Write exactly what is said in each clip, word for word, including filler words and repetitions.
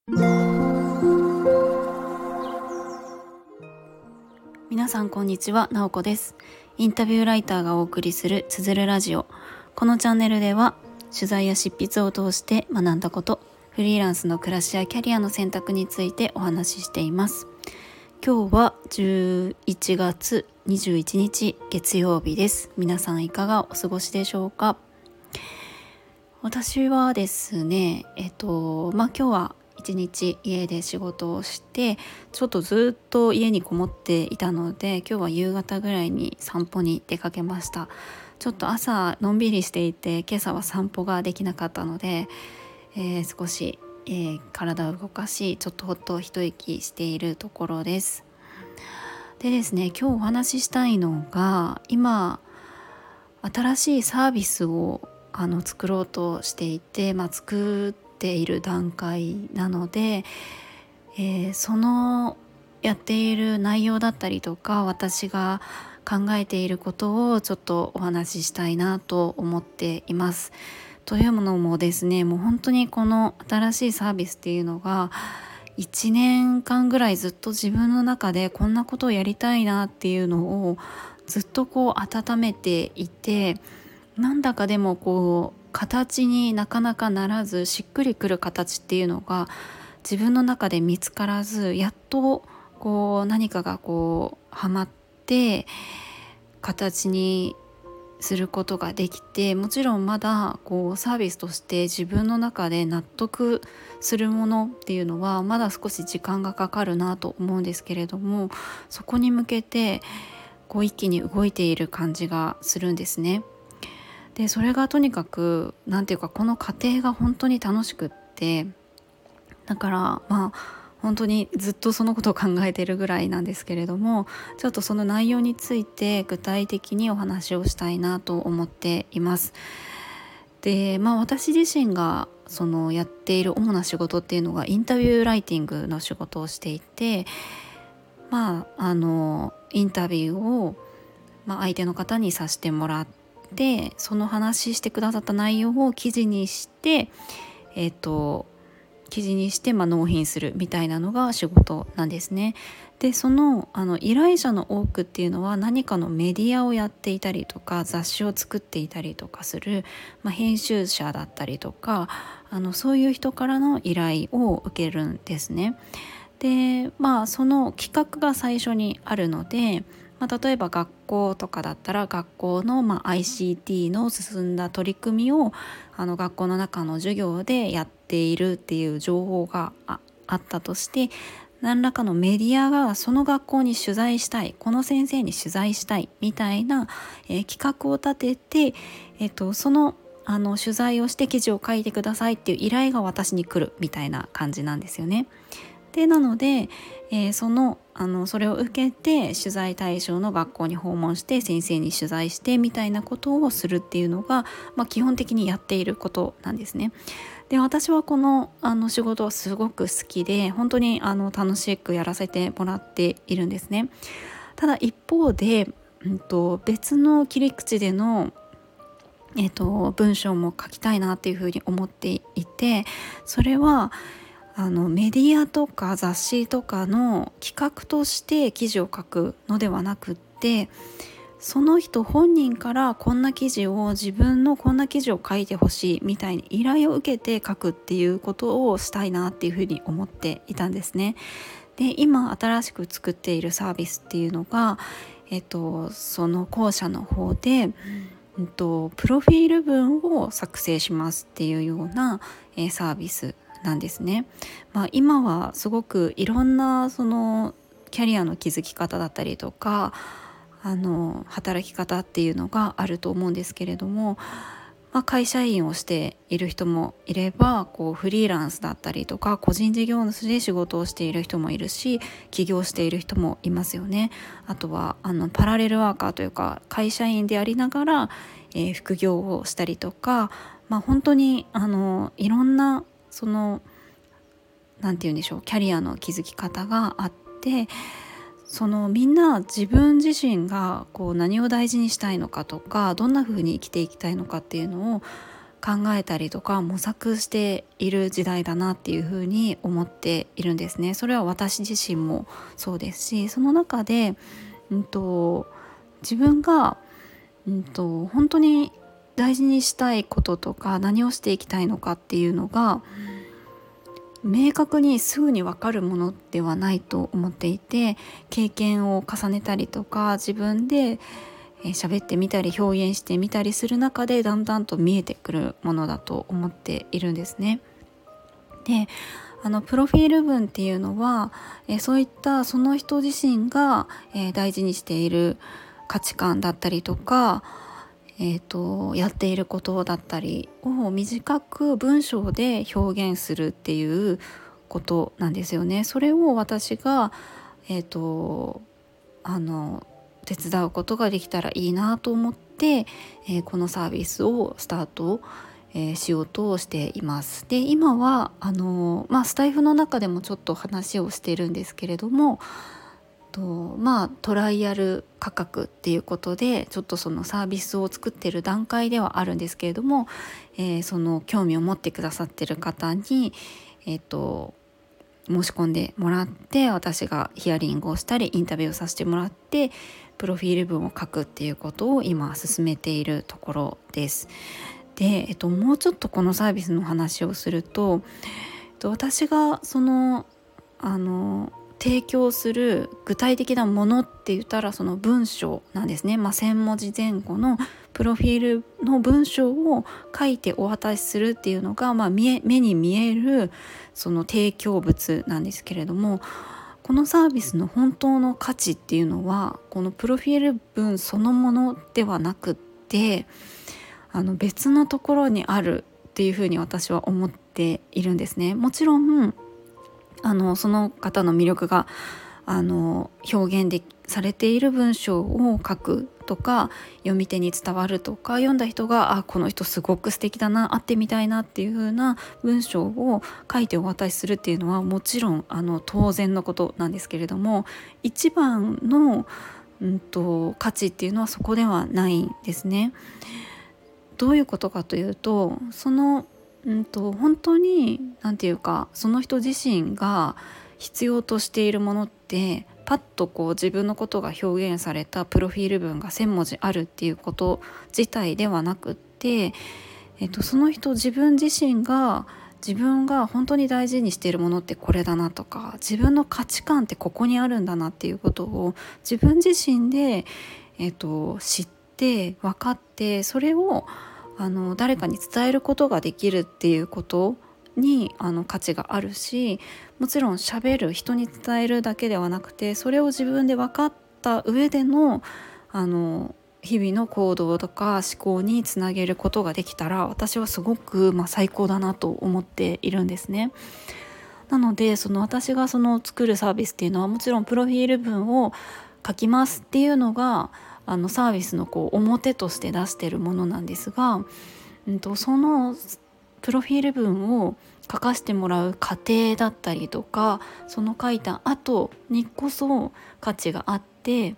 皆さんこんにちは、なおこです。インタビューライターがお送りするつづるラジオ。このチャンネルでは取材や執筆を通して学んだこと、フリーランスの暮らしやキャリアの選択についてお話ししています。今日はじゅういちがつにじゅういちにち月曜日です。皆さんいかがお過ごしでしょうか。私はですね、えっとまあ今日は一日家で仕事をしてちょっとずっと家にこもっていたので、今日は夕方ぐらいに散歩に出かけました。ちょっと朝のんびりしていて今朝は散歩ができなかったので、えー、少し、えー、体を動かしちょっとほっと一息しているところです。でですね、今日お話ししたいのが、今新しいサービスをあの作ろうとしていて、まあ、作っている段階なので、えー、そのやっている内容だったりとか私が考えていることをちょっとお話ししたいなと思っています。というのもですね、もう本当にこの新しいサービスっていうのがいちねんかんぐらいずっと自分の中でこんなことをやりたいなっていうのをずっとこう温めていて、なんだかでもこう形になかなかならず、しっくりくる形っていうのが自分の中で見つからず、やっとこう何かがこうはまって形にすることができて、もちろんまだこうサービスとして自分の中で納得するものっていうのはまだ少し時間がかかるなと思うんですけれども、そこに向けてこう一気に動いている感じがするんですね。でそれがとにかくなんていうか、この過程が本当に楽しくって、だからまあ本当にずっとそのことを考えているぐらいなんですけれども、ちょっとその内容について具体的にお話をしたいなと思っています。でまあ私自身がそのやっている主な仕事っていうのがインタビューライティングの仕事をしていて、まああのインタビューを、まあ、相手の方にさせてもらって、その話してくださった内容を記事にしてえっ、と記事にして、まあ、納品するみたいなのが仕事なんですね。でその、あの依頼者の多くっていうのは何かのメディアをやっていたりとか雑誌を作っていたりとかする、まあ、編集者だったりとか、あのそういう人からの依頼を受けるんですね。でまあその企画が最初にあるので、まあ、例えば学校とかだったら学校の、まあ、アイシーティー の進んだ取り組みをあの学校の中の授業でやっているっていう情報が あ, あったとして、何らかのメディアがその学校に取材したい、この先生に取材したいみたいな、えー企画を立てて、えーと、そのあの取材をして記事を書いてくださいっていう依頼が私に来るみたいな感じなんですよね。でなので、えー、そのあのそれを受けて取材対象の学校に訪問して先生に取材してみたいなことをするっていうのが、まあ、基本的にやっていることなんですね。で私はこの、あの仕事はすごく好きで、本当にあの楽しくやらせてもらっているんですね。ただ一方で、うんと、別の切り口でのえーと、文章も書きたいなっていうふうに思っていて、それはあのメディアとか雑誌とかの企画として記事を書くのではなくって、その人本人からこんな記事を自分のこんな記事を書いてほしいみたいに依頼を受けて書くっていうことをしたいなっていうふうに思っていたんですね。で今新しく作っているサービスっていうのが、えっと、その後者の方で、うんと、プロフィール文を作成しますっていうような、えーサービスなんですね。まあ、今はすごくいろんなそのキャリアの築き方だったりとか、あの働き方っていうのがあると思うんですけれども、まあ、会社員をしている人もいれば、こうフリーランスだったりとか個人事業主で仕事をしている人もいるし、起業している人もいますよね。あとはあのパラレルワーカーというか会社員でありながら、えー副業をしたりとか、まあ、本当にあのいろんなそのなんて言うんでしょう、キャリアの築き方があって、そのみんな自分自身がこう何を大事にしたいのかとか、どんな風に生きていきたいのかっていうのを考えたりとか模索している時代だなっていうふうに思っているんですね。それは私自身もそうですし、その中で、うんと、自分が、うんと、本当に大事にしたいこととか何をしていきたいのかっていうのが明確にすぐに分かるものではないと思っていて、経験を重ねたりとか自分でえー喋ってみたり表現してみたりする中でだんだんと見えてくるものだと思っているんですね。で、あのプロフィール文っていうのは、えーそういったその人自身が、えー大事にしている価値観だったりとか、えーと、やっていることだったりを短く文章で表現するっていうことなんですよね。それを私が、えーと、あの手伝うことができたらいいなと思って、えーこのサービスをスタート、えーしようとしています。で、今はあの、まあ、スタイフの中でもちょっと話をしているんですけれども、とまあトライアル価格っていうことでちょっとそのサービスを作ってる段階ではあるんですけれども、えーその興味を持ってくださってる方に、えーと申し込んでもらって、私がヒアリングをしたりインタビューをさせてもらってプロフィール文を書くっていうことを今進めているところです。で、えっと、もうちょっとこのサービスの話をすると、えっと、私がそのあの提供する具体的なものって言ったらその文章なんですね。まあ、せん文字前後のプロフィールの文章を書いてお渡しするっていうのが、まあ、見え目に見えるその提供物なんですけれども、このサービスの本当の価値っていうのはこのプロフィール文そのものではなくって、あの別のところにあるっていうふうに私は思っているんですね。もちろんあのその方の魅力があの表現でされている文章を書くとか、読み手に伝わるとか、読んだ人があこの人すごく素敵だな、会ってみたいなっていう風な文章を書いてお渡しするっていうのはもちろんあの当然のことなんですけれども、一番の、うんと、価値っていうのはそこではないんですね。どういうことかというと、その、うんと、本当に何て言うか、その人自身が必要としているものってパッとこう自分のことが表現されたプロフィール文がせん文字あるっていうこと自体ではなくって、えっと、その人自分自身が自分が本当に大事にしているものってこれだなとか、自分の価値観ってここにあるんだなっていうことを自分自身で、えっと、知って分かって、それをあの誰かに伝えることができるっていうことにあの価値があるし、もちろん喋る人に伝えるだけではなくて、それを自分で分かった上でのあの日々の行動とか思考につなげることができたら、私はすごく、まあ、最高だなと思っているんですね。なのでその私がその作るサービスっていうのは、もちろんプロフィール文を書きますっていうのがあのサービスのこう表として出しているものなんですが、うんと、そのプロフィール文を書かせてもらう過程だったりとか、その書いた後にこそ価値があって、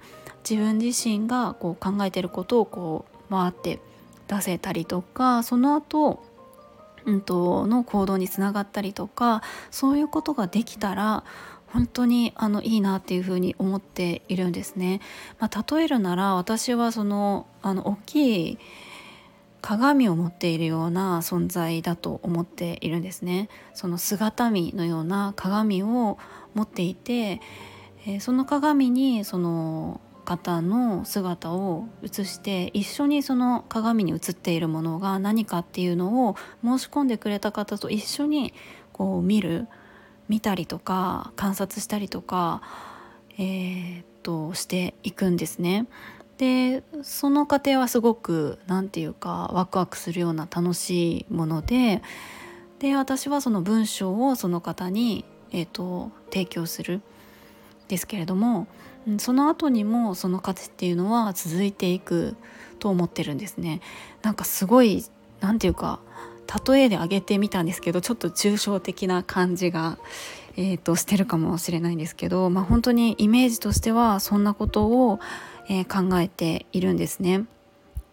自分自身がこう考えていることをこう回って出せたりとか、その後、うんと、の行動につながったりとか、そういうことができたら本当にあのいいなっていうふうに思っているんですね。まあ、例えるなら、私はそのあの大きい鏡を持っているような存在だと思っているんですね。その姿見のような鏡を持っていて、えーその鏡にその方の姿を映して、一緒にその鏡に映っているものが何かっていうのを申し込んでくれた方と一緒にこう見る見たりとか観察したりとか、えーっとしていくんですね。でその過程はすごくなんていうかワクワクするような楽しいもので、で私はその文章をその方に、えーと提供するんですけれども、うんその後にもその価値っていうのは続いていくと思ってるんですね。なんかすごいなんていうか例えで挙げてみたんですけど、ちょっと抽象的な感じが、えーとしてるかもしれないんですけど、まあ、本当にイメージとしてはそんなことを、えー考えているんですね。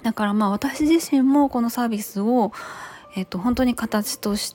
だからまあ私自身もこのサービスを、えっと、本当に形として、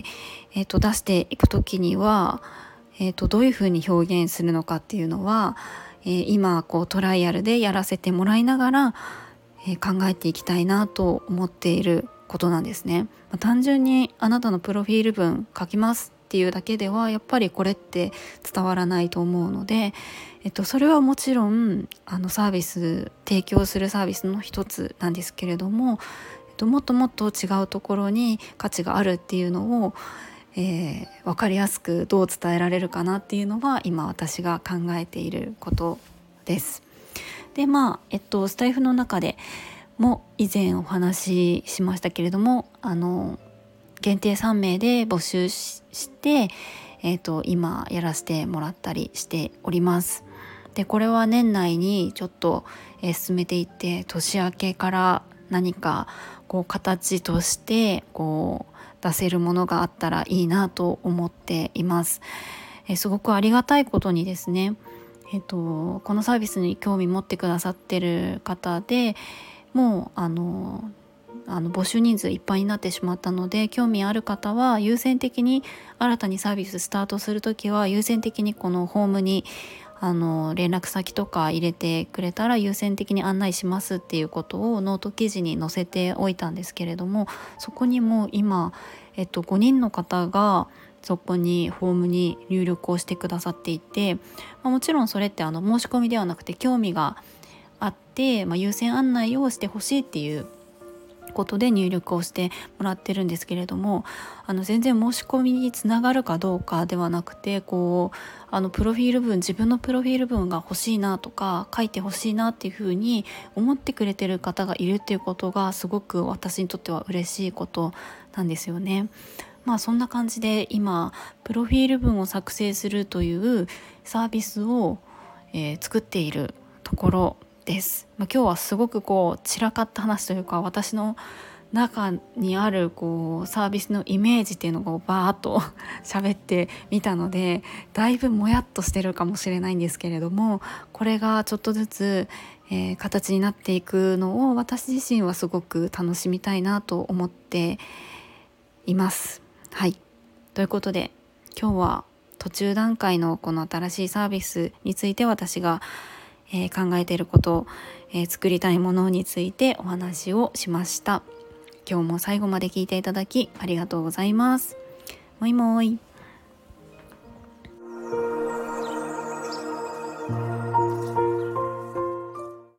えっと、出していくときには、えっと、どういうふうに表現するのかっていうのは、えー今こうトライアルでやらせてもらいながら、えー考えていきたいなと思っていることなんですね。まあ単純にあなたのプロフィール文書きますっていうだけではやっぱりこれって伝わらないと思うので、えっと、それはもちろんあのサービス提供するサービスの一つなんですけれども、えっと、もっともっと違うところに価値があるっていうのを、えー分かりやすくどう伝えられるかなっていうのは今私が考えていることです。でまあえっとスタイフの中でも以前お話ししましたけれども、あの限定さんめいで募集 し, して、えー、と今やらせてもらったりしております。でこれは年内にちょっと、えー進めていって、年明けから何かこう形としてこう出せるものがあったらいいなと思っています。えーすごくありがたいことにですね、えー、とこのサービスに興味持ってくださってる方でもうあのあの募集人数いっぱいになってしまったので、興味ある方は優先的に新たにサービススタートするときは優先的にこのホームにあの連絡先とか入れてくれたら優先的に案内しますっていうことをノート記事に載せておいたんですけれども、そこにも今、えっと、ごにんの方がそこにフォームに入力をしてくださっていて、まあ、もちろんそれってあの申し込みではなくて興味があって、まあ、優先案内をしてほしいっていうことで入力をしてもらってるんですけれども、あの全然申し込みにつながるかどうかではなくて、こうあのプロフィール文自分のプロフィール文が欲しいなとか書いて欲しいなっていうふうに思ってくれてる方がいるっていうことがすごく私にとっては嬉しいことなんですよね。まあそんな感じで今プロフィール文を作成するというサービスを、えー作っているところです。まあ、今日はすごくこう散らかった話というか、私の中にあるこうサービスのイメージっていうのをバーッと喋ってみたので、だいぶもやっとしてるかもしれないんですけれども、これがちょっとずつ、えー形になっていくのを私自身はすごく楽しみたいなと思っています。はい、ということで今日は途中段階のこの新しいサービスについて私がえー考えていること、えー作りたいものについてお話をしました。今日も最後まで聞いていただきありがとうございます。もいもい。